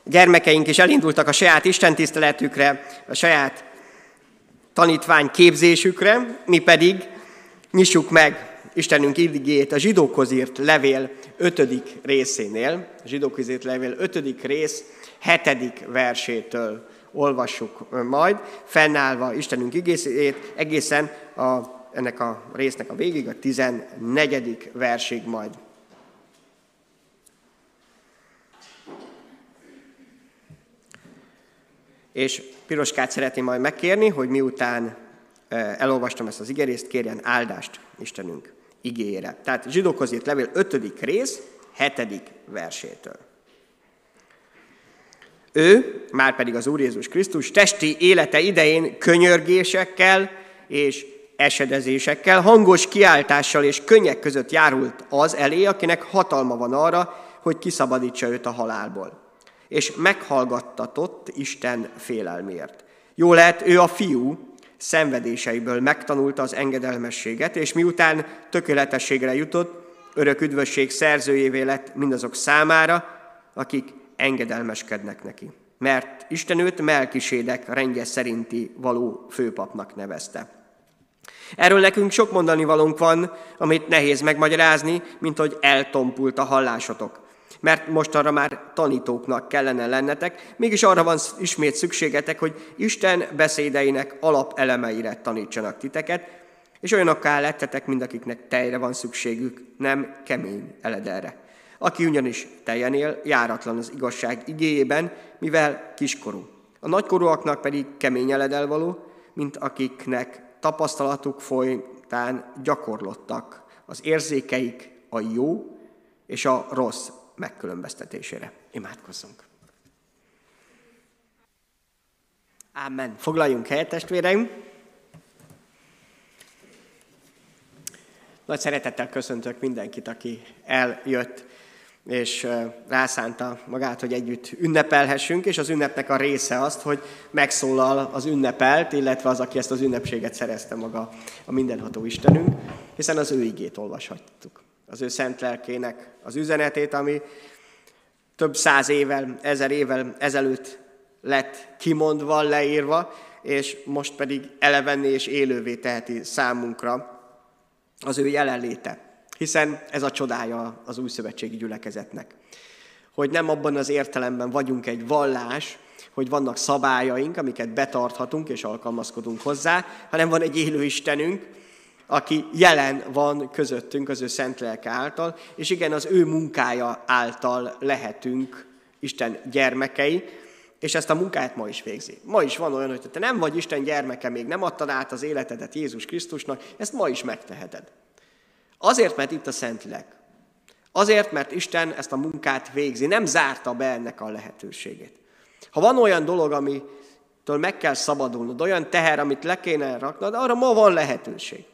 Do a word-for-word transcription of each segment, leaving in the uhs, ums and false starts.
gyermekeink is elindultak a saját istentiszteletükre, a saját tanítvány képzésükre, mi pedig nyissuk meg Istenünk igéjét a Zsidókhoz írt levél ötödik részénél, a Zsidókhoz írt levél ötödik rész hetedik versétől olvassuk majd, fennállva Istenünk igéjét egészen a, ennek a résznek a végig, a tizennegyedik versig majd. És Piroskát szeretném majd megkérni, hogy miután elolvastam ezt az igérészt, kérjen áldást Istenünk igéjére. Tehát Zsidókhoz írt levél ötödik rész, hetedik versétől. Ő, márpedig az Úr Jézus Krisztus, testi élete idején könyörgésekkel és esedezésekkel, hangos kiáltással és könnyek között járult az elé, akinek hatalma van arra, hogy kiszabadítsa őt a halálból. És meghallgattatott Isten félelmért. Jó lehet, ő a fiú szenvedéseiből megtanulta az engedelmességet, és miután tökéletességre jutott, örök üdvösség szerzőjévé lett mindazok számára, akik engedelmeskednek neki. Mert Isten őt Melkisédek rendje szerinti való főpapnak nevezte. Erről nekünk sok mondani valónk van, amit nehéz megmagyarázni, mint hogy eltompult a hallásotok. Mert mostanra már tanítóknak kellene lennetek, mégis arra van ismét szükségetek, hogy Isten beszédeinek alapelemeire tanítsanak titeket, és olyanokká lettetek, mint akiknek tejre van szükségük, nem kemény eledelre. Aki ugyanis tejen él, járatlan az igazság igéjében, mivel kiskorú. A nagykorúaknak pedig kemény eledel való, mint akiknek tapasztalatuk folytán gyakorlottak az érzékeik a jó és a rossz megkülönböztetésére. Imádkozzunk. Ámen. Foglaljunk helyet, testvéreim. Nagy szeretettel köszöntök mindenkit, aki eljött, és rászánta magát, hogy együtt ünnepelhessünk, és az ünnepnek a része azt, hogy megszólal az ünnepelt, illetve az, aki ezt az ünnepséget szerezte maga, a mindenható Istenünk, hiszen az ő igét olvashattuk. Az ő szent lelkének az üzenetét, ami több száz évvel, ezer évvel ezelőtt lett kimondva, leírva, és most pedig elevenné és élővé teheti számunkra az ő jelenléte. Hiszen ez a csodája az újszövetségi gyülekezetnek. Hogy nem abban az értelemben vagyunk egy vallás, hogy vannak szabályaink, amiket betarthatunk és alkalmazkodunk hozzá, hanem van egy élő Istenünk, aki jelen van közöttünk az ő szent lelke által, és igen, az ő munkája által lehetünk Isten gyermekei, és ezt a munkát ma is végzi. Ma is van olyan, hogy te nem vagy Isten gyermeke, még nem adtad át az életedet Jézus Krisztusnak, ezt ma is megteheted. Azért, mert itt a Szentlélek. Azért, mert Isten ezt a munkát végzi, nem zárta be ennek a lehetőségét. Ha van olyan dolog, amitől meg kell szabadulnod, olyan teher, amit le kéne raknod, arra ma van lehetőség.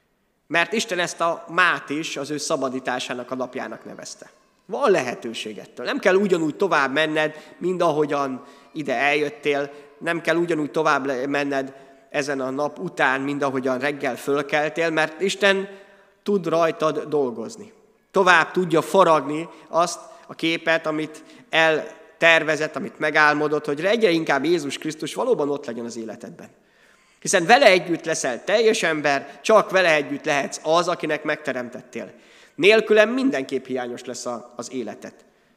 Mert Isten ezt a mát is az ő szabadításának a napjának nevezte. Van lehetőség ettől. Nem kell ugyanúgy tovább menned, mint ahogyan ide eljöttél. Nem kell ugyanúgy tovább menned ezen a nap után, mint ahogyan reggel fölkeltél, mert Isten tud rajtad dolgozni. Tovább tudja faragni azt a képet, amit eltervezett, amit megálmodott, hogy egyre inkább Jézus Krisztus valóban ott legyen az életedben. Hiszen vele együtt leszel teljes ember, csak vele együtt lehetsz az, akinek megteremtettél. Nélkülem mindenképp hiányos lesz az életed.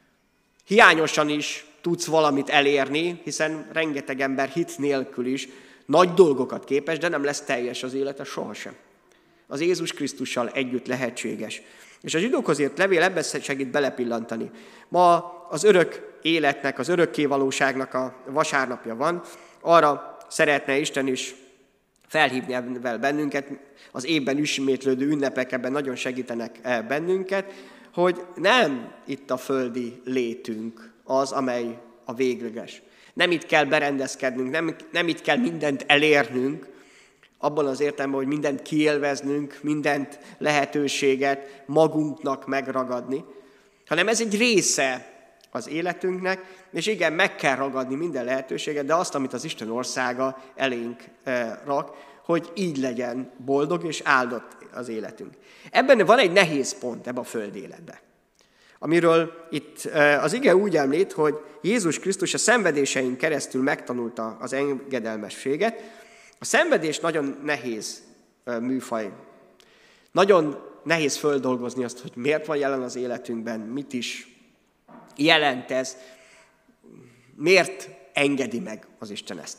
Hiányosan is tudsz valamit elérni, hiszen rengeteg ember hit nélkül is nagy dolgokat képes, de nem lesz teljes az élete sohasem. Az Jézus Krisztussal együtt lehetséges. És a Zsidókhoz írt levél ebben segít belepillantani. Ma az örök életnek, az örökkévalóságnak a vasárnapja van. Arra szeretne Isten is felhívni ebben bennünket, az évben ismétlődő ünnepek ebben nagyon segítenek bennünket, hogy nem itt a földi létünk az, amely a végleges. Nem itt kell berendezkednünk, nem, nem itt kell mindent elérnünk, abban az értelemben, hogy mindent kiélveznünk, mindent lehetőséget magunknak megragadni, hanem ez egy része az életünknek, és igen, meg kell ragadni minden lehetőséget, de azt, amit az Isten országa elénk rak, hogy így legyen boldog és áldott az életünk. Ebben van egy nehéz pont ebben a földi életben. amiről itt az ige úgy említ, hogy Jézus Krisztus a szenvedésein keresztül megtanulta az engedelmességet. A szenvedés nagyon nehéz műfaj. Nagyon nehéz földolgozni azt, hogy miért van jelen az életünkben, mit is jelent ez, miért engedi meg az Isten ezt.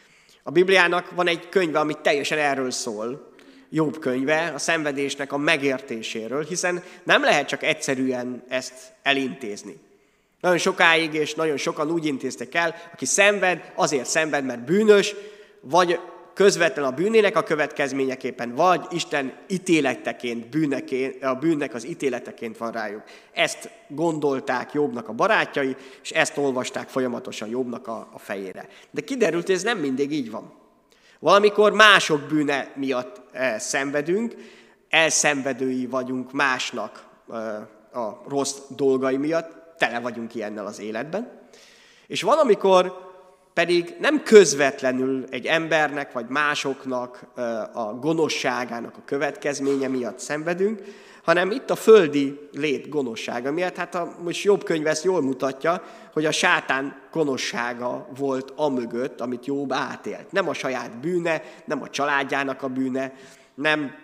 A Bibliának van egy könyve, ami teljesen erről szól, Jobb könyve, a szenvedésnek a megértéséről, hiszen nem lehet csak egyszerűen ezt elintézni. Nagyon sokáig és nagyon sokan úgy intéztek el, aki szenved, azért szenved, mert bűnös, vagy közvetlen a bűnének a következményeképpen, vagy Isten ítéleteként, bűneként, a bűnnek az ítéleteként van rájuk. Ezt gondolták Jobbnak a barátjai, és ezt olvasták folyamatosan Jobbnak a, a fejére. De kiderült, hogy ez nem mindig így van. Valamikor mások bűne miatt eh, szenvedünk, elszenvedői vagyunk másnak eh, a rossz dolgai miatt, tele vagyunk ilyennel az életben. És valamikor pedig nem közvetlenül egy embernek vagy másoknak eh, a gonoszságának a következménye miatt szenvedünk, hanem itt a földi lét gonoszsága miatt. Hát a most Jobb könyv ezt jól mutatja, hogy a sátán gonoszsága volt amögött, amit Jobb átélt. Nem a saját bűne, nem a családjának a bűne, nem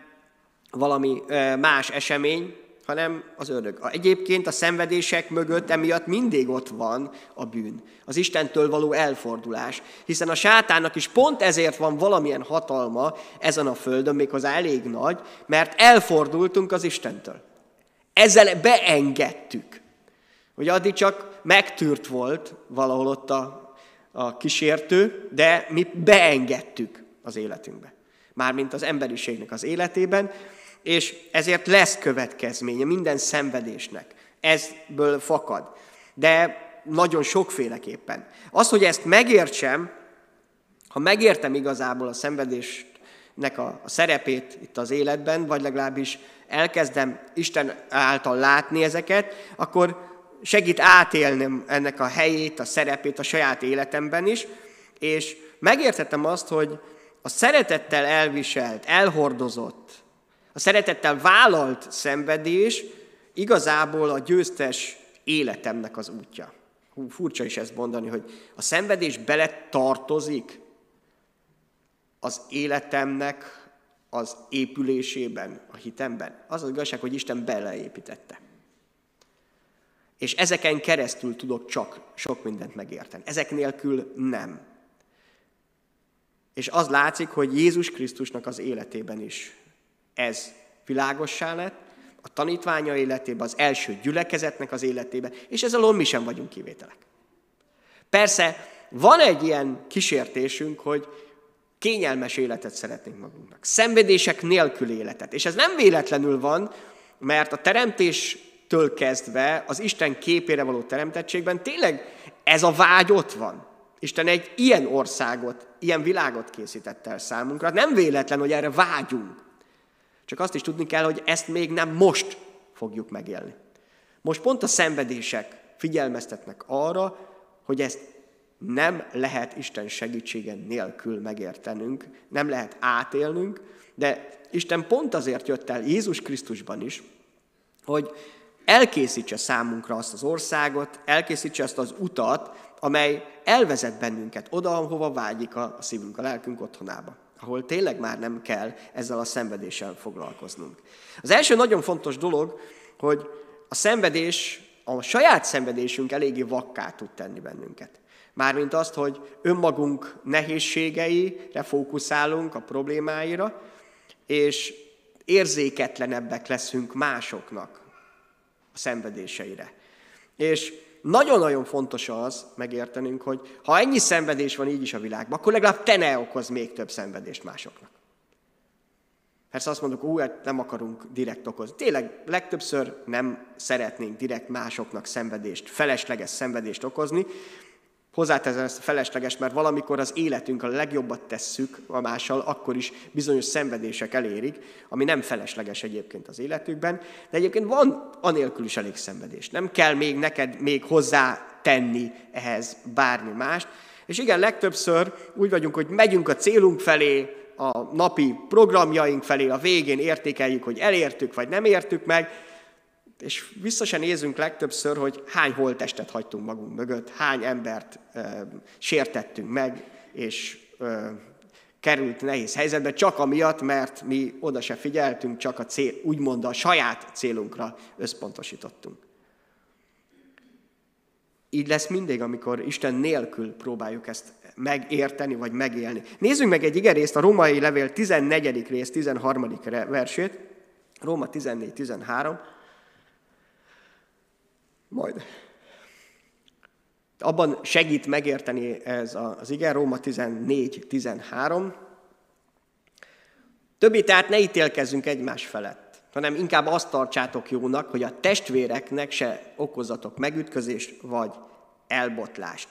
valami más esemény, hanem az ördög. Egyébként a szenvedések mögött emiatt mindig ott van a bűn. Az Istentől való elfordulás. Hiszen a sátánnak is pont ezért van valamilyen hatalma ezen a földön, méghozzá elég nagy, mert elfordultunk az Istentől. Ezzel beengedtük. Ugye addig csak megtűrt volt valahol ott a, a kísértő, de mi beengedtük az életünkbe. Mármint az emberiségnek az életében, és ezért lesz következménye minden szenvedésnek. Ezből fakad. De nagyon sokféleképpen. Az, hogy ezt megértsem, ha megértem igazából a szenvedésnek a, a szerepét itt az életben, vagy legalábbis elkezdem Isten által látni ezeket, akkor segít átélnem ennek a helyét, a szerepét a saját életemben is, és megértettem azt, hogy a szeretettel elviselt, elhordozott, a szeretettel vállalt szenvedés igazából a győztes életemnek az útja. Hú, furcsa is ezt mondani, hogy a szenvedés bele tartozik az életemnek az épülésében, a hitemben. Az az igazság, hogy Isten beleépítette. És ezeken keresztül tudok csak sok mindent megérteni. Ezek nélkül nem. És az látszik, hogy Jézus Krisztusnak az életében is ez világossá lett, a tanítványa életében, az első gyülekezetnek az életében, és ez alól mi sem vagyunk kivételek. Persze van egy ilyen kísértésünk, hogy kényelmes életet szeretnénk magunknak, szenvedések nélkül életet. És ez nem véletlenül van, mert a teremtéstől kezdve az Isten képére való teremtettségben tényleg ez a vágy ott van. Isten egy ilyen országot, ilyen világot készített el számunkra. Nem véletlen, hogy erre vágyunk. Csak azt is tudni kell, hogy ezt még nem most fogjuk megélni. Most pont a szenvedések figyelmeztetnek arra, hogy ezt nem lehet Isten segítsége nélkül megértenünk, nem lehet átélnünk, de Isten pont azért jött el Jézus Krisztusban is, hogy elkészítse számunkra azt az országot, elkészítse azt az utat, amely elvezet bennünket oda, ahova vágyik a szívünk, a lelkünk otthonába, ahol tényleg már nem kell ezzel a szenvedéssel foglalkoznunk. Az első nagyon fontos dolog, hogy a szenvedés, a saját szenvedésünk eléggé vakká tud tenni bennünket. Mármint azt, hogy önmagunk nehézségeire fókuszálunk, a problémáira, és érzéketlenebbek leszünk másoknak a szenvedéseire. És nagyon-nagyon fontos az megértenünk, hogy ha ennyi szenvedés van így is a világban, akkor legalább te ne okozz még több szenvedést másoknak. Persze azt mondjuk, úgy, hát nem akarunk direkt okozni. Tényleg legtöbbször nem szeretnénk direkt másoknak szenvedést, felesleges szenvedést okozni. Hozzáteszem ezt a felesleges, mert valamikor az életünk a legjobbat tesszük a mással, akkor is bizonyos szenvedések elérik, ami nem felesleges egyébként az életükben, de egyébként van anélkül is elég szenvedés. Nem kell még neked még hozzá tenni ehhez bármi mást. És igen, legtöbbször úgy vagyunk, hogy megyünk a célunk felé, a napi programjaink felé, a végén értékeljük, hogy elértük vagy nem értük meg, És vissza se nézünk legtöbbször, hogy hány holttestet hagytunk magunk mögött, hány embert e, sértettünk meg, és e, került nehéz helyzetbe, csak amiatt, mert mi oda se figyeltünk, csak a cél, úgymond a saját célunkra összpontosítottunk. Így lesz mindig, amikor Isten nélkül próbáljuk ezt megérteni, vagy megélni. Nézzünk meg egy igerészt, a Római levél tizennegyedik rész, tizenharmadik versét, Róma tizennégy tizenhárom. Majd abban segít megérteni ez az ige, Róma tizennégy tizenhárom. Többé tehát ne ítélkezzünk egymás felett, hanem inkább azt tartsátok jónak, hogy a testvéreknek se okozzatok megütközést vagy elbotlást.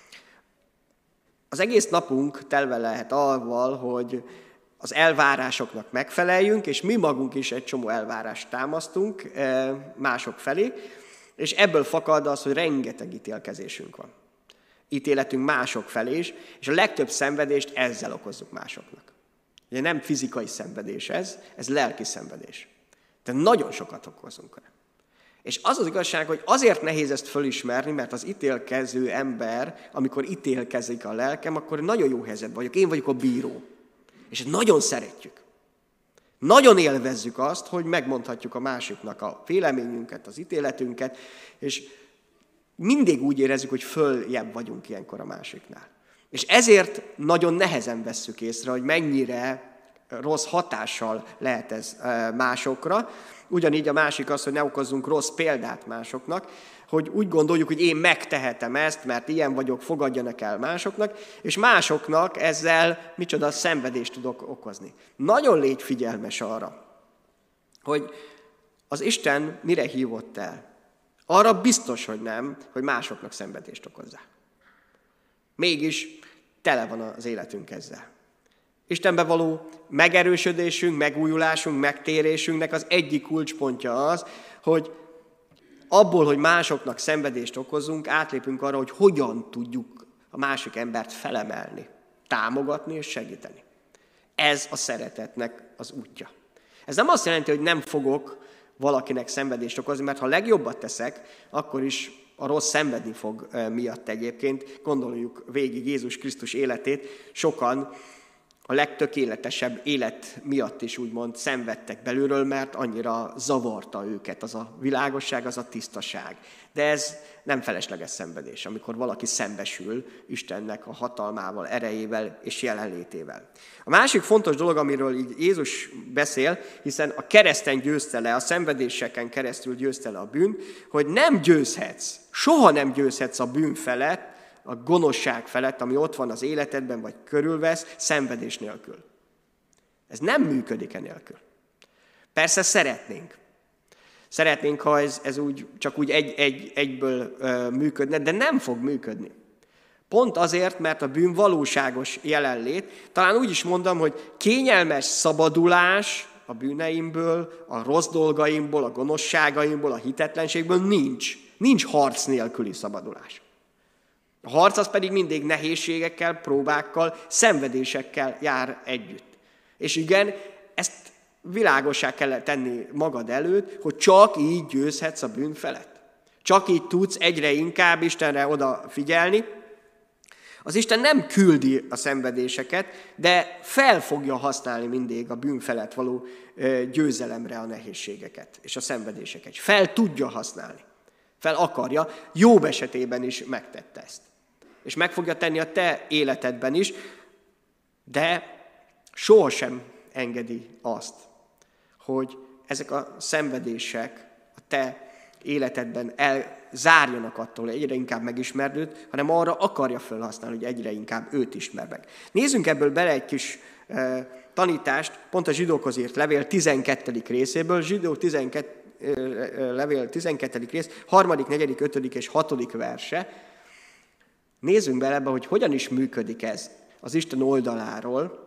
Az egész napunk telve lehet avval, hogy az elvárásoknak megfeleljünk, és mi magunk is egy csomó elvárást támasztunk mások felé, és ebből fakad az, hogy rengeteg ítélkezésünk van. Ítéletünk mások felé is, és a legtöbb szenvedést ezzel okozzuk másoknak. Ugye nem fizikai szenvedés ez, ez lelki szenvedés. Tehát nagyon sokat okozunk rá. És az az igazság, hogy azért nehéz ezt fölismerni, mert az ítélkező ember, amikor ítélkezik a lelkem, akkor nagyon jó helyzetben vagyok. Én vagyok a bíró. És nagyon szeretjük. Nagyon élvezzük azt, hogy megmondhatjuk a másiknak a véleményünket, az ítéletünket, és mindig úgy érezzük, hogy följebb vagyunk ilyenkor a másiknál. És ezért nagyon nehezen vesszük észre, hogy mennyire rossz hatással lehet ez másokra. Ugyanígy a másik az, hogy ne okozzunk rossz példát másoknak, hogy úgy gondoljuk, hogy én megtehetem ezt, mert ilyen vagyok, fogadjanak el másoknak, és másoknak ezzel micsoda szenvedést tudok okozni. Nagyon légy figyelmes arra, hogy az Isten mire hívott el. Arra biztos, hogy nem, hogy másoknak szenvedést okozzá. Mégis tele van az életünk ezzel. Istenbe való megerősödésünk, megújulásunk, megtérésünknek az egyik kulcspontja az, hogy abból, hogy másoknak szenvedést okozunk, átlépünk arra, hogy hogyan tudjuk a másik embert felemelni, támogatni és segíteni. Ez a szeretetnek az útja. Ez nem azt jelenti, hogy nem fogok valakinek szenvedést okozni, mert ha legjobbat teszek, akkor is a rossz szenvedni fog miatt egyébként. Gondoljuk végig Jézus Krisztus életét, sokan a legtökéletesebb élet miatt is úgymond szenvedtek belülről, mert annyira zavarta őket az a világosság, az a tisztaság. De ez nem felesleges szenvedés, amikor valaki szembesül Istennek a hatalmával, erejével és jelenlétével. A másik fontos dolog, amiről így Jézus beszél, hiszen a kereszten győzte le, a szenvedéseken keresztül győzte le a bűn, hogy nem győzhetsz, soha nem győzhetsz a bűn felett, a gonoszság felett, ami ott van az életedben, vagy körülvesz, szenvedés nélkül. Ez nem működik enélkül. Persze szeretnénk. Szeretnénk, ha ez, ez úgy, csak úgy egy, egy, egyből ö, működne, de nem fog működni. Pont azért, mert a bűn valóságos jelenlét. Talán úgy is mondom, hogy kényelmes szabadulás a bűneimből, a rossz dolgaimból, a gonoszságaimból, a hitetlenségből nincs. Nincs harc nélküli szabadulás. A harc az pedig mindig nehézségekkel, próbákkal, szenvedésekkel jár együtt. És igen, ezt világossá kell tenni magad előtt, hogy csak így győzhetsz a bűn felett. Csak így tudsz egyre inkább Istenre odafigyelni. Az Isten nem küldi a szenvedéseket, de fel fogja használni mindig a bűn felett való győzelemre a nehézségeket és a szenvedéseket. Fel tudja használni. Fel akarja, Jobb esetében is megtette ezt. És meg fogja tenni a te életedben is, de sohasem engedi azt, hogy ezek a szenvedések a te életedben elzárjanak attól, hogy egyre inkább megismerd őt, hanem arra akarja felhasználni, hogy egyre inkább őt ismer meg. Nézzünk ebből bele egy kis eh, tanítást, pont a Zsidókhoz írt levél tizenkettedik részéből, Zsidó tizenkettedik levél tizenkettedik rész, harmadik, negyedik, ötödik és hatodik verse. Nézzünk bele ebbe, hogy hogyan is működik ez az Isten oldaláról.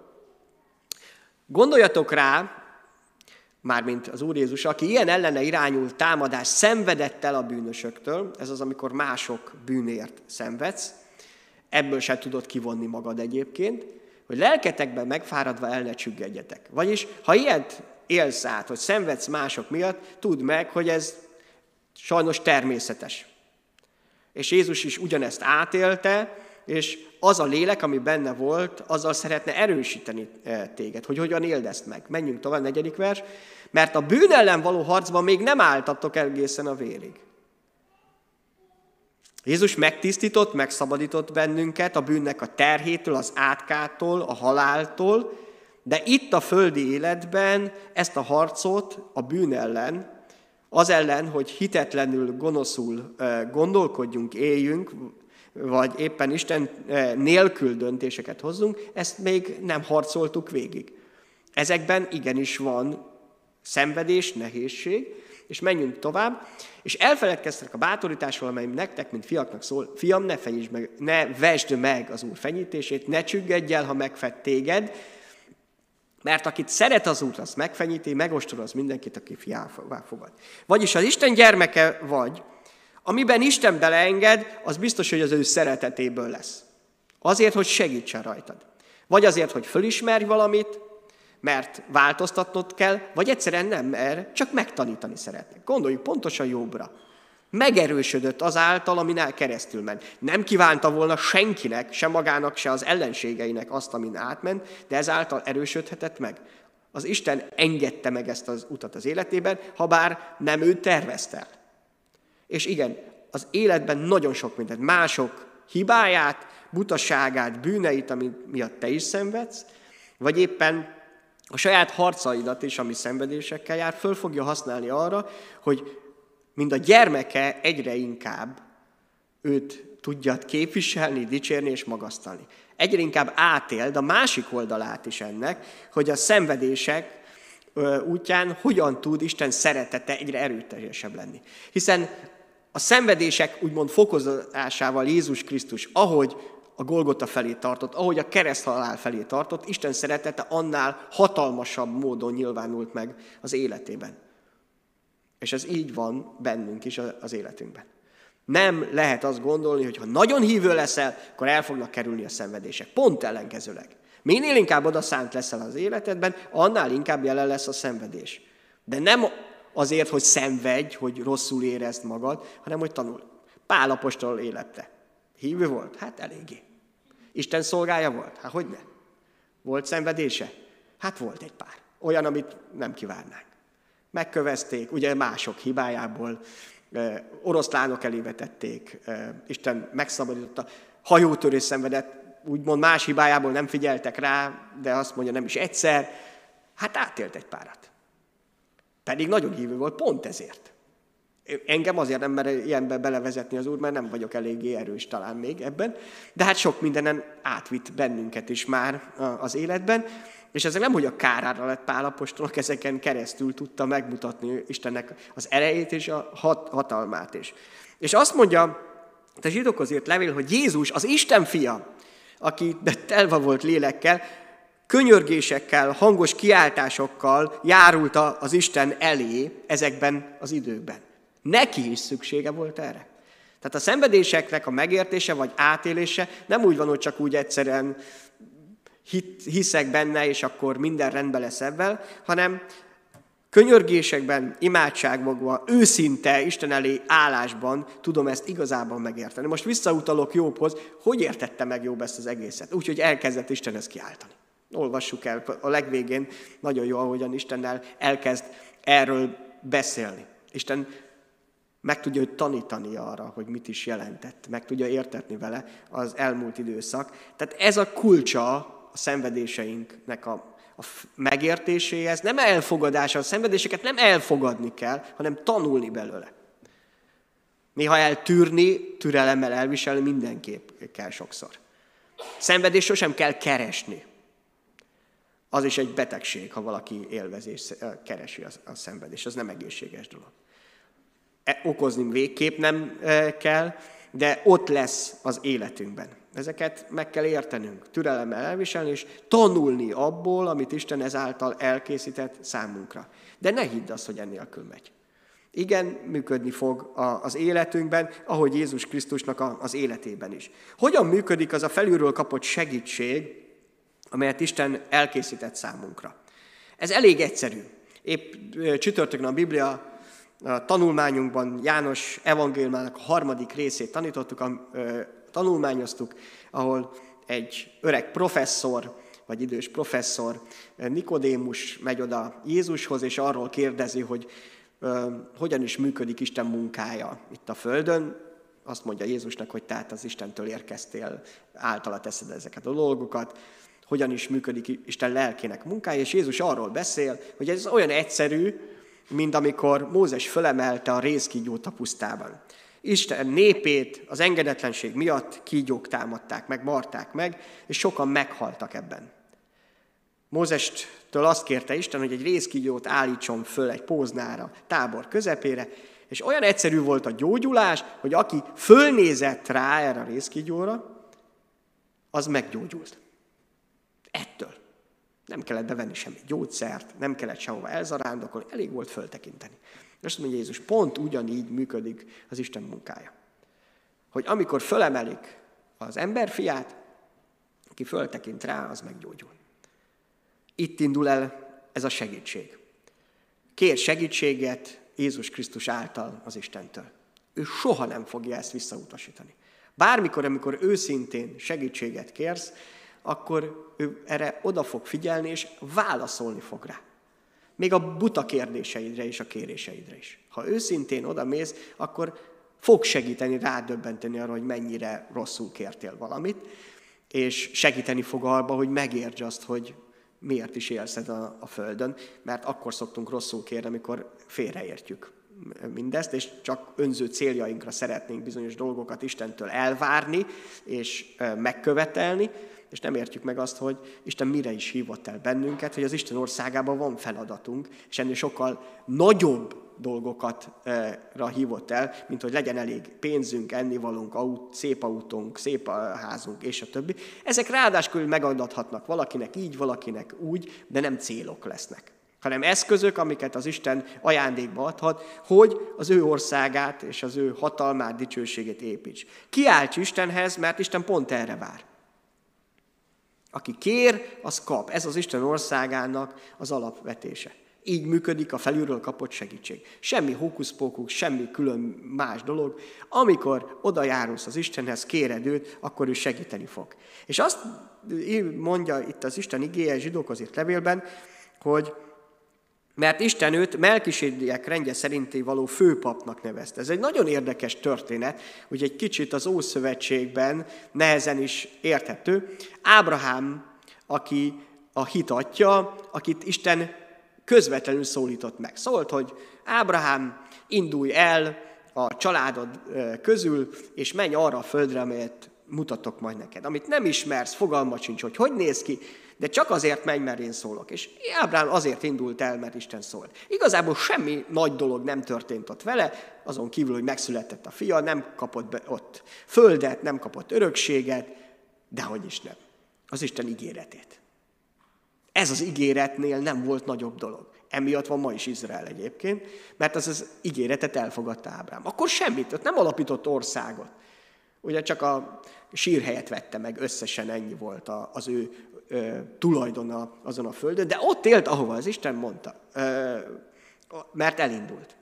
Gondoljatok rá, mármint az Úr Jézus, aki ilyen ellene irányult támadás szenvedett el a bűnösöktől, ez az, amikor mások bűnért szenvedsz, ebből se tudod kivonni magad egyébként, hogy lelketekben megfáradva el ne csüggedjetek. Vagyis, ha ilyet élsz át, hogy szenvedsz mások miatt, tudd meg, hogy ez sajnos természetes. És Jézus is ugyanezt átélte, és az a lélek, ami benne volt, azzal szeretne erősíteni téged, hogy hogyan éld ezt meg. Menjünk tovább, negyedik vers. Mert a bűn ellen való harcban még nem álltatok egészen a vérig. Jézus megtisztított, megszabadított bennünket a bűnnek a terhétől, az átkától, a haláltól, de itt a földi életben ezt a harcot a bűn ellen, az ellen, hogy hitetlenül, gonoszul gondolkodjunk, éljünk, vagy éppen Isten nélkül döntéseket hozzunk, ezt még nem harcoltuk végig. Ezekben igenis van szenvedés, nehézség, és menjünk tovább, és elfeledkeztek a bátorításról, amely nektek, mint fiaknak szól, fiam, ne fenyítsd meg, ne vesd meg az Úr fenyítését, ne csüggedj el, ha megfed téged, mert akit szeret az Úr, azt megfenyíti, megostoroz mindenkit, aki fiává fogad. Vagyis az Isten gyermeke vagy, amiben Isten beleenged, az biztos, hogy az ő szeretetéből lesz. Azért, hogy segítsen rajtad. Vagy azért, hogy fölismerj valamit, mert változtatnod kell, vagy egyszerűen nem, mert csak megtanítani szeretnek. Gondoljuk pontosan Jobbra. Megerősödött azáltal, amin keresztül ment. Nem kívánta volna senkinek, se magának, se az ellenségeinek azt, amin átment, de ezáltal erősödhetett meg. Az Isten engedte meg ezt az utat az életében, ha bár nem ő tervezte el. És igen, az életben nagyon sok mindent, mások hibáját, butaságát, bűneit, ami miatt te is szenvedsz, vagy éppen a saját harcaidat is, ami szenvedésekkel jár, föl fogja használni arra, hogy mind a gyermeke egyre inkább őt tudjad képviselni, dicsérni és magasztalni. Egyre inkább átéld a másik oldalát is ennek, hogy a szenvedések útján hogyan tud Isten szeretete egyre erőteljesebb lenni. Hiszen a szenvedések úgymond fokozásával Jézus Krisztus, ahogy a Golgota felé tartott, ahogy a kereszthalál felé tartott, Isten szeretete annál hatalmasabb módon nyilvánult meg az életében. És ez így van bennünk is az életünkben. Nem lehet azt gondolni, hogy ha nagyon hívő leszel, akkor el fognak kerülni a szenvedések. Pont ellenkezőleg. Minél inkább odaszánt leszel az életedben, annál inkább jelen lesz a szenvedés. De nem azért, hogy szenvedj, hogy rosszul érezd magad, hanem hogy tanul. Pál apostol élete. Hívő volt? Hát eléggé. Isten szolgája volt? Hát hogyne? Volt szenvedése? Hát volt egy pár. Olyan, amit nem kívánnánk. Megkövezték, ugye mások hibájából, e, oroszlánok elé vetették, e, Isten megszabadította, hajótörés szenvedett, úgymond más hibájából nem figyeltek rá, de azt mondja nem is egyszer, hát átélt egy párat. Pedig nagyon hívő volt, pont ezért. Engem azért nem mer ilyenbe belevezetni az Úr, mert nem vagyok eléggé erős talán még ebben, de hát sok mindenen átvitt bennünket is már az életben, és ezek nem, hogy a kárára lett Pál apostolnak, ezeken keresztül tudta megmutatni Istennek az erejét és a hat hatalmát is. És azt mondja a zsidókhoz írt levél, hogy Jézus, az Isten fia, aki telve volt lélekkel, könyörgésekkel, hangos kiáltásokkal járult az Isten elé ezekben az időkben. Neki is szüksége volt erre. Tehát a szenvedéseknek a megértése vagy átélése nem úgy van, hogy csak úgy egyszerűen hit, hiszek benne, és akkor minden rendben lesz ebben, hanem könyörgésekben, imádságokban, őszinte Isten elé állásban tudom ezt igazában megérteni. Most visszautalok Jobbhoz, hogy értette meg Jobb ezt az egészet? Úgyhogy elkezdett Istenhez kiáltani. Olvassuk el a legvégén, nagyon jó, ahogyan Istennel elkezd erről beszélni. Isten meg tudja őt tanítani arra, hogy mit is jelentett, meg tudja értetni vele az elmúlt időszak. Tehát ez a kulcsa a szenvedéseinknek a, a megértéséhez, nem elfogadása, a szenvedéseket nem elfogadni kell, hanem tanulni belőle. Néha eltűrni, türelemmel elviselni mindenképp kell sokszor. Szenvedés sosem kell keresni. Az is egy betegség, ha valaki élvezi és keresi a szenvedést. Ez nem egészséges dolog. Okozni végképp nem kell, de ott lesz az életünkben. Ezeket meg kell értenünk, türelemmel elviselni, és tanulni abból, amit Isten ezáltal elkészített számunkra. De ne hidd azt, hogy ennélkül megy. Igen, működni fog az életünkben, ahogy Jézus Krisztusnak az életében is. Hogyan működik az a felülről kapott segítség, amelyet Isten elkészített számunkra? Ez elég egyszerű. Épp csütörtökön a Biblia a tanulmányunkban János evangéliumának a harmadik részét tanítottuk, tanulmányoztuk, ahol egy öreg professzor, vagy idős professzor, Nikodémus megy oda Jézushoz, és arról kérdezi, hogy uh, hogyan is működik Isten munkája itt a földön. Azt mondja Jézusnak, hogy tehát az Istentől érkeztél, általa teszed ezeket a dolgokat, hogyan is működik Isten lelkének munkája, és Jézus arról beszél, hogy ez olyan egyszerű, mint amikor Mózes fölemelte a rézkígyót a pusztában. Isten népét az engedetlenség miatt kígyók támadták meg, marták meg, és sokan meghaltak ebben. Mózestől azt kérte Isten, hogy egy rézkígyót állítson föl egy póznára, tábor közepére, és olyan egyszerű volt a gyógyulás, hogy aki fölnézett rá erre a rézkígyóra, az meggyógyult. Ettől. Nem kellett bevenni semmi gyógyszert, nem kellett sehova elzarándokolni, elég volt föltekinteni. Azt mondja Jézus, pont ugyanígy működik az Isten munkája. Hogy amikor fölemelik az emberfiát, aki föltekint rá, az meggyógyul. Itt indul el ez a segítség. Kér segítséget Jézus Krisztus által az Istentől. Ő soha nem fogja ezt visszautasítani. Bármikor, amikor őszintén segítséget kérsz, akkor ő erre oda fog figyelni, és válaszolni fog rá. Még a buta kérdéseidre és a kéréseidre is. Ha őszintén odamész, akkor fog segíteni, rádöbbenteni arra, hogy mennyire rosszul kértél valamit, és segíteni fog abba, hogy megértsd azt, hogy miért is élsz a, a földön, mert akkor szoktunk rosszul kérni, amikor félreértjük mindezt, és csak önző céljainkra szeretnénk bizonyos dolgokat Istentől elvárni, és megkövetelni, és nem értjük meg azt, hogy Isten mire is hívott el bennünket, hogy az Isten országában van feladatunk, és ennél sokkal nagyobb dolgokatra hívott el, mint hogy legyen elég pénzünk, ennivalónk, aut, szép autónk, szép házunk, és a többi. Ezek ráadásul megadathatnak valakinek így, valakinek úgy, de nem célok lesznek, hanem eszközök, amiket az Isten ajándékba adhat, hogy az ő országát és az ő hatalmát, dicsőségét építs. Kiálts Istenhez, mert Isten pont erre vár. Aki kér, az kap. Ez az Isten országának az alapvetése. Így működik a felülről kapott segítség. Semmi hókuszpókusz, semmi külön más dolog. Amikor oda járulsz az Istenhez, kéred őt, akkor ő segíteni fog. És azt mondja itt az Isten igéje zsidókhoz írt levélben, hogy mert Isten őt Melkisédek rendje szerinti való főpapnak nevezte. Ez egy nagyon érdekes történet, hogy egy kicsit az Ószövetségben nehezen is érthető. Ábrahám, aki a hit atya, akit Isten közvetlenül szólított meg. Szólt, hogy Ábrahám, indulj el a családod közül, és menj arra a földre, amelyet mutatok majd neked. Amit nem ismersz, fogalma sincs, hogy hogy néz ki, de csak azért menj, mert én szólok. És Ábrahám azért indult el, mert Isten szólt. Igazából semmi nagy dolog nem történt ott vele, azon kívül, hogy megszületett a fia, nem kapott be ott földet, nem kapott örökséget, de hogy is nem. Az Isten ígéretét. Ez az ígéretnél nem volt nagyobb dolog. Emiatt van ma is Izrael egyébként, mert az az ígéretet elfogadta Ábrahám. Akkor semmit, ott nem alapított országot. Ugye csak a sírhelyet vette meg, összesen ennyi volt az ő ö, tulajdona azon a földön, de ott élt, ahova az Isten mondta, ö, mert elindult.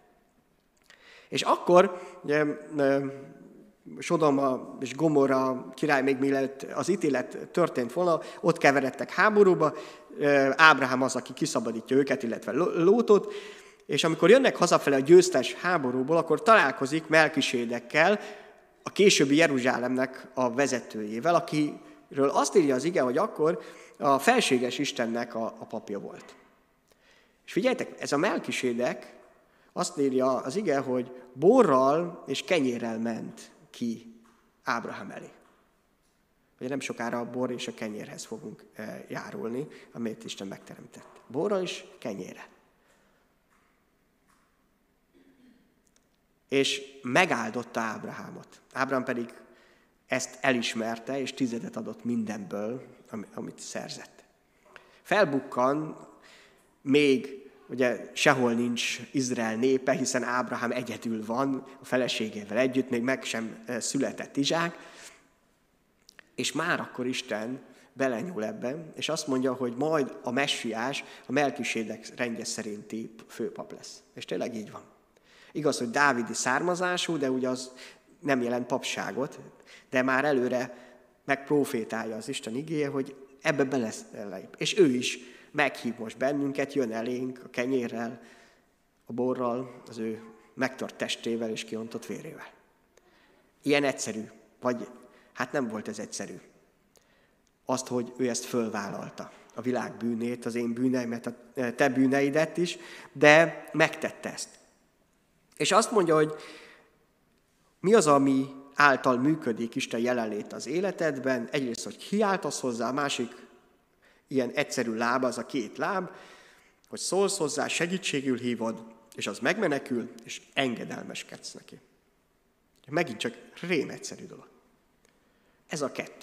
És akkor ugye, ö, Sodoma és Gomorra király még mielőtt az ítélet történt volna, ott keveredtek háborúba, Ábrahám az, aki kiszabadítja őket, illetve Lótot, és amikor jönnek hazafele a győztes háborúból, akkor találkozik Melkisédekkel, a későbbi Jeruzsálemnek a vezetőjével, akiről azt írja az ige, hogy akkor a felséges Istennek a, a papja volt. És figyeljetek, ez a Melkisédek azt írja az ige, hogy borral és kenyérrel ment ki Ábrahám elé. Ugye nem sokára a bor és a kenyérhez fogunk járulni, amelyet Isten megteremtett. Borral és kenyérrel. És megáldotta Ábrahámot. Ábrahám pedig ezt elismerte, és tizedet adott mindenből, amit szerzett. Felbukkan még, ugye sehol nincs Izrael népe, hiszen Ábrahám egyedül van, a feleségével együtt, még meg sem született Izsák, és már akkor Isten belenyúl ebben, és azt mondja, hogy majd a messiás, a Melkisédek rendje szerinti főpap lesz. És tényleg így van. Igaz, hogy dávidi származású, de ugye az nem jelent papságot, de már előre megprofétálja az Isten igéje, hogy ebbe belelép. És ő is meghív most bennünket, jön elénk a kenyérrel, a borral, az ő megtört testével és kiontott vérével. Ilyen egyszerű, vagy hát nem volt ez egyszerű. Azt, hogy ő ezt fölvállalta, a világ bűnét, az én bűneimet, a te bűneidet is, de megtette ezt. És azt mondja, hogy mi az, ami által működik Isten jelenlét az életedben. Egyrészt, hogy kiáltasz hozzá, a másik ilyen egyszerű láb, az a két láb, hogy szólsz hozzá, segítségül hívod, és az megmenekül, és engedelmeskedsz neki. Megint csak rém egyszerű dolog. Ez a kettő.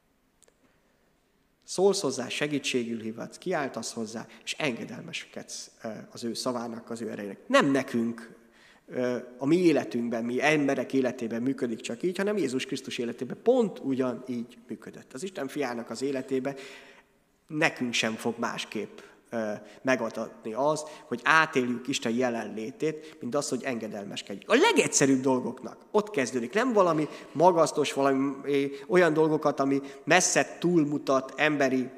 Szólsz hozzá, segítségül hívod, kiáltasz hozzá, és engedelmeskedsz az ő szavának, az ő erejének. Nem nekünk, a mi életünkben, mi emberek életében működik csak így, hanem Jézus Krisztus életében pont ugyanígy működött. Az Isten fiának az életében nekünk sem fog másképp megadatni az, hogy átéljük Isten jelenlétét, mint az, hogy engedelmeskedjük. A legegyszerűbb dolgoknak ott kezdődik. Nem valami magasztos, valami olyan dolgokat, ami messze túlmutat emberi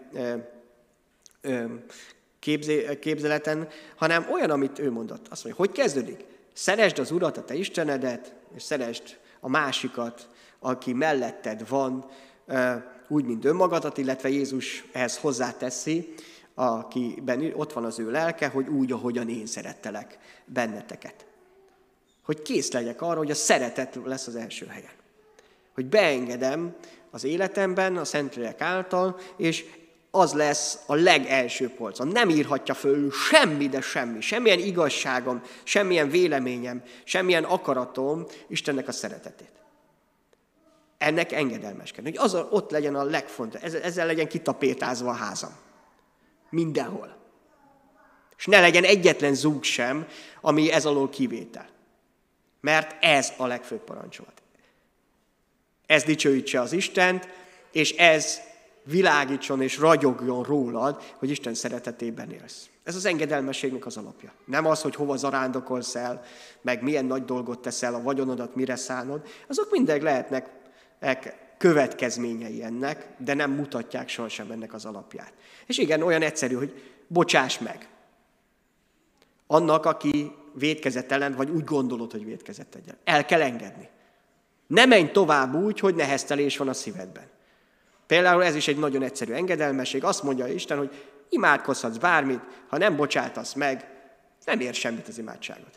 képzeleten, hanem olyan, amit ő mondott. Azt mondja, hogy kezdődik? Szeresd az Urat, a te Istenedet, és szeresd a másikat, aki melletted van, úgy, mint önmagadat, illetve Jézus ehhez hozzáteszi, akiben ott van az ő lelke, hogy úgy, ahogyan én szerettelek benneteket. Hogy kész legyek arra, hogy a szeretet lesz az első helyen. Hogy beengedem az életemben, a Szentlélek által, és az lesz a legelső polcon. Nem írhatja föl semmi, de semmi. Semmilyen igazságom, semmilyen véleményem, semmilyen akaratom Istennek a szeretetét. Ennek engedelmeskedni. Hogy az a, ott legyen a legfontosabb, ezzel legyen kitapétázva a házam. Mindenhol. És ne legyen egyetlen zúg sem, ami ez alól kivétel. Mert ez a legfőbb parancsolat. Ez dicsőítse az Istent, és ez világítson és ragyogjon rólad, hogy Isten szeretetében élsz. Ez az engedelmességnek az alapja. Nem az, hogy hova zarándokolsz el, meg milyen nagy dolgot teszel, a vagyonodat mire szánod. Azok mindig lehetnek következményei ennek, de nem mutatják sohasem ennek az alapját. És igen, olyan egyszerű, hogy bocsáss meg. Annak, aki vétkezett ellen, vagy úgy gondolod, hogy vétkezett ellen. El kell engedni. Ne menj tovább úgy, hogy neheztelés van a szívedben. Például ez is egy nagyon egyszerű engedelmesség. Azt mondja Isten, hogy imádkozhatsz bármit, ha nem bocsátasz meg, nem ér semmit az imádságot.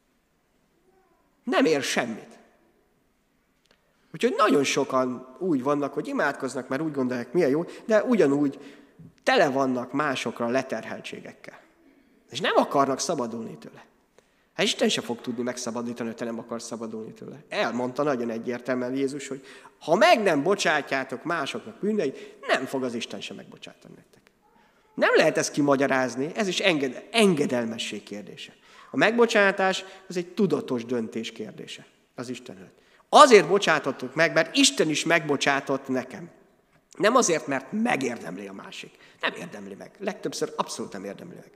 Nem ér semmit. Úgyhogy nagyon sokan úgy vannak, hogy imádkoznak, mert úgy gondolják, milyen jó, de ugyanúgy tele vannak másokra leterheltségekkel. És nem akarnak szabadulni tőle. Hát Isten se fog tudni megszabadítani, ha te nem akarsz szabadulni tőle. Elmondta nagyon egyértelműen Jézus, hogy ha meg nem bocsátjátok másoknak bűneit, nem fog az Isten sem megbocsátani nektek. Nem lehet ezt kimagyarázni, ez is enged- engedelmesség kérdése. A megbocsátás az egy tudatos döntés kérdése az Isten előtt. Azért bocsátottuk meg, mert Isten is megbocsátott nekem. Nem azért, mert megérdemli a másik. Nem érdemli meg. Legtöbbször abszolút nem érdemli meg.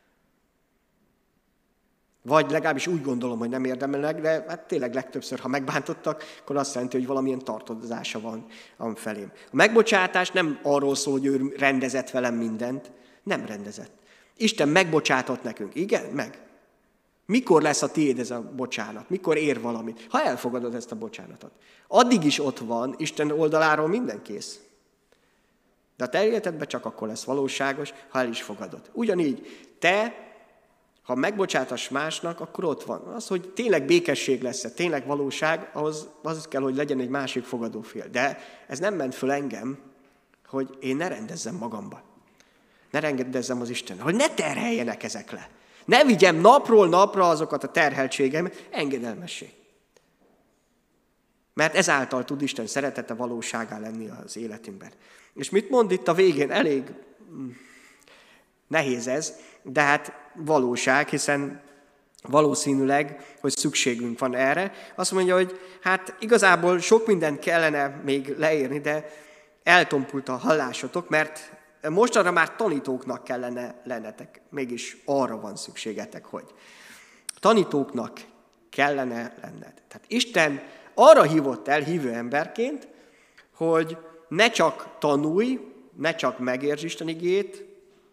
Vagy legalábbis úgy gondolom, hogy nem érdemelnek, de hát tényleg legtöbbször, ha megbántottak, akkor azt jelenti, hogy valamilyen tartozása van am felém. A megbocsátás nem arról szól, hogy ő rendezett velem mindent. Nem rendezett. Isten megbocsátott nekünk. Igen? Meg. Mikor lesz a tiéd ez a bocsánat? Mikor ér valamit? Ha elfogadod ezt a bocsánatot. Addig is ott van, Isten oldaláról minden kész. De a te életedben csak akkor lesz valóságos, ha el is fogadod. Ugyanígy te, ha megbocsátass másnak, akkor ott van. Az, hogy tényleg békesség lesz-e, tényleg valóság, ahhoz az kell, hogy legyen egy másik fogadófél. De ez nem ment föl engem, hogy én ne rendezzem magamba. Ne rendezzem az Istenre, hogy ne terheljenek ezek le. Ne vigyem napról napra azokat a terheltségem, engedelmesség. Mert ezáltal tud Isten szeretete valóságá lenni az életünkben. És mit mond itt a végén? Elég nehéz ez, de hát valóság, hiszen valószínűleg, hogy szükségünk van erre. Azt mondja, hogy hát igazából sok mindent kellene még leírni, de eltompult a hallásotok, mert mostanra már tanítóknak kellene lennetek. Mégis arra van szükségetek, hogy tanítóknak kellene lenned. Tehát Isten arra hívott el hívő emberként, hogy ne csak tanulj, ne csak megértsd Isten igéjét,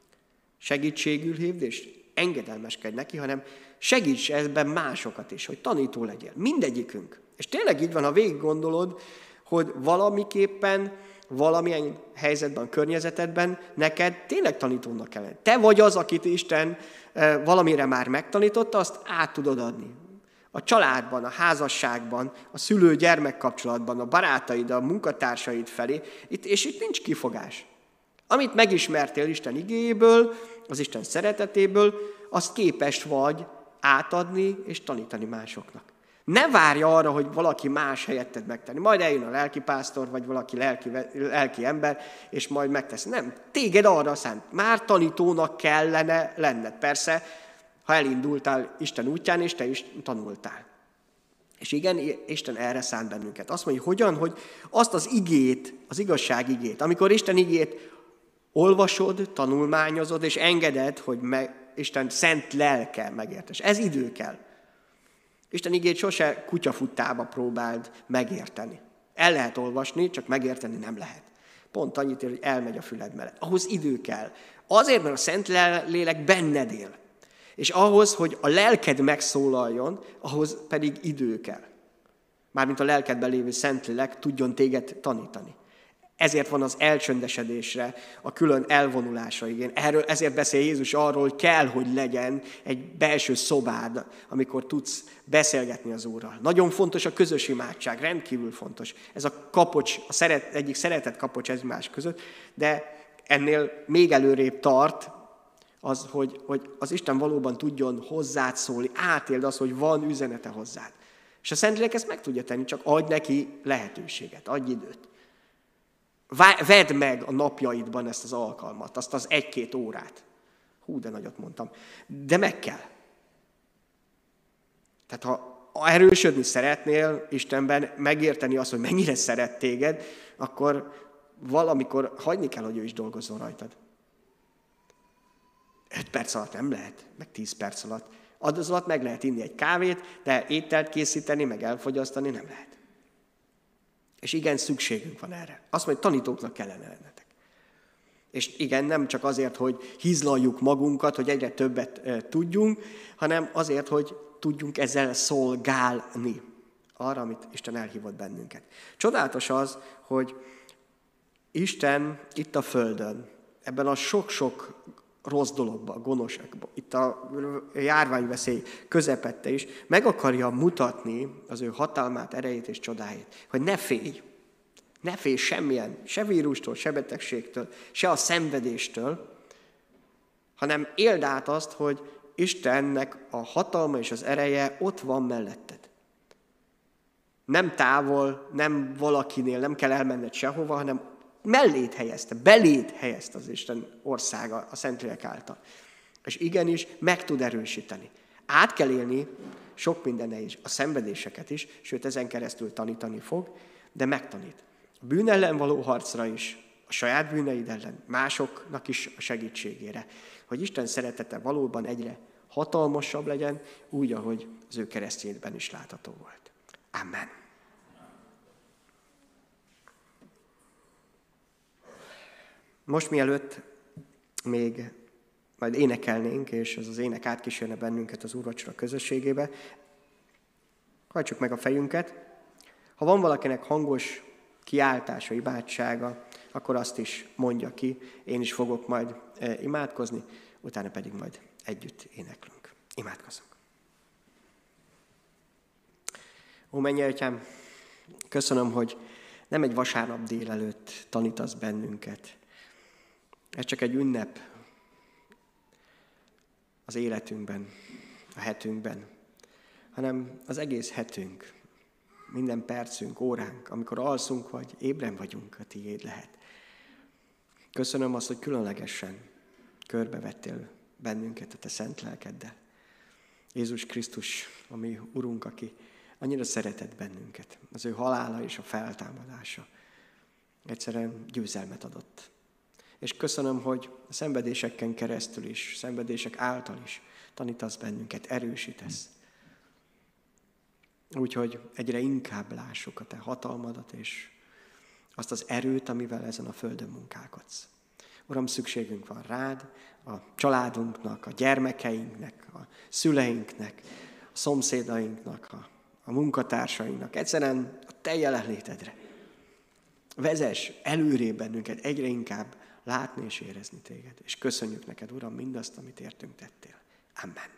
segítségül hívd, és engedelmeskedj neki, hanem segíts ebben másokat is, hogy tanító legyél. Mindegyikünk. És tényleg így van, ha végig gondolod, hogy valamiképpen, valamilyen helyzetben, környezetedben neked tényleg tanítónak kell lenni. Te vagy az, akit Isten valamire már megtanította, azt át tudod adni. A családban, a házasságban, a szülő-gyermek kapcsolatban, a barátaid, a munkatársaid felé, itt, és itt nincs kifogás. Amit megismertél Isten igéjéből, az Isten szeretetéből, azt képes vagy átadni és tanítani másoknak. Ne várj arra, hogy valaki más helyetted megtenni. Majd eljön a lelkipásztor, vagy valaki lelki, lelki ember, és majd megtesz. Nem, téged arra szánt. Már tanítónak kellene lenned. Persze, ha elindultál Isten útján, és te is tanultál. És igen, Isten erre szánt bennünket. Azt mondja, hogyan, hogy azt az igét, az igazság igét, amikor Isten igét olvasod, tanulmányozod, és engeded, hogy meg, Isten szent lelke megértes. Ez idő kell. Isten igét sose kutyafuttába próbáld megérteni. El lehet olvasni, csak megérteni nem lehet. Pont annyit ér, hogy elmegy a füled mellett. Ahhoz idő kell. Azért, mert a Szent Lélek benned él. És ahhoz, hogy a lelked megszólaljon, ahhoz pedig idő kell. Mármint a lelkedben lévő Szentlélek tudjon téged tanítani. Ezért van az elcsöndesedésre, a külön elvonulásra. Igen. Erről, ezért beszél Jézus arról, hogy kell, hogy legyen egy belső szobád, amikor tudsz beszélgetni az Úrral. Nagyon fontos a közös imádság, rendkívül fontos. Ez a kapocs, a szeret, egyik szeretett kapocs egymás között, de ennél még előrébb tart az, hogy, hogy az Isten valóban tudjon hozzád szólni, átéld az, hogy van üzenete hozzád. És a Szentlélek ezt meg tudja tenni, csak adj neki lehetőséget, adj időt. Vedd meg a napjaidban ezt az alkalmat, azt az egy-két órát. Hú, de nagyot mondtam. De meg kell. Tehát ha erősödni szeretnél Istenben, megérteni azt, hogy mennyire szeret téged, akkor valamikor hagyni kell, hogy ő is dolgozzon rajtad. Öt perc alatt nem lehet, meg tíz perc alatt. Az alatt meg lehet inni egy kávét, de ételt készíteni, meg elfogyasztani nem lehet. És igen, szükségünk van erre. Azt mondja, hogy tanítóknak kellene lennetek. És igen, nem csak azért, hogy hizlaljuk magunkat, hogy egyre többet e, tudjunk, hanem azért, hogy tudjunk ezzel szolgálni arra, amit Isten elhívott bennünket. Csodálatos az, hogy Isten itt a földön, ebben a sok-sok rossz dologban, gonoszakban, itt a járványveszély közepette is, meg akarja mutatni az ő hatalmát, erejét és csodáit, hogy ne félj, ne félj semmilyen, se vírustól, se betegségtől, se a szenvedéstől, hanem éld át azt, hogy Istennek a hatalma és az ereje ott van melletted. Nem távol, nem valakinél, nem kell elmenned sehova, hanem mellét helyezte, beléd helyezte az Isten országa a Szentlélek által. És igenis meg tud erősíteni. Át kell élni sok mindenne is, a szenvedéseket is, sőt ezen keresztül tanítani fog, de megtanít. A bűn ellen való harcra is, a saját bűneid ellen, másoknak is a segítségére, hogy Isten szeretete valóban egyre hatalmasabb legyen, úgy, ahogy az ő keresztjében is látható volt. Amen. Most mielőtt még majd énekelnénk, és ez az ének átkísérne bennünket az úrvacsora közösségébe, hajtsuk meg a fejünket. Ha van valakinek hangos kiáltása, imádsága, akkor azt is mondja ki. Én is fogok majd imádkozni, utána pedig majd együtt éneklünk. Imádkozunk. Ó, mennyei Atyám, köszönöm, hogy nem egy vasárnap délelőtt tanítasz bennünket. Ez csak egy ünnep az életünkben, a hetünkben, hanem az egész hetünk, minden percünk, óránk, amikor alszunk vagy ébren vagyunk, a tiéd lehet. Köszönöm azt, hogy különlegesen körbevettél bennünket a te szent lelkeddel. Jézus Krisztus, a mi Urunk, aki annyira szeretett bennünket. Az ő halála és a feltámadása egyszerűen győzelmet adott. És köszönöm, hogy a szenvedéseken keresztül is, szenvedések által is tanítasz bennünket, erősítesz. Úgyhogy egyre inkább lássuk a te hatalmadat, és azt az erőt, amivel ezen a földön munkálkodsz. Uram, szükségünk van rád, a családunknak, a gyermekeinknek, a szüleinknek, a szomszédainknak, a, a munkatársainknak, egyszerűen a te jelenlétedre. Vezess előrébb bennünket egyre inkább látni és érezni téged. És köszönjük neked, Uram, mindazt, amit értünk tettél. Amen.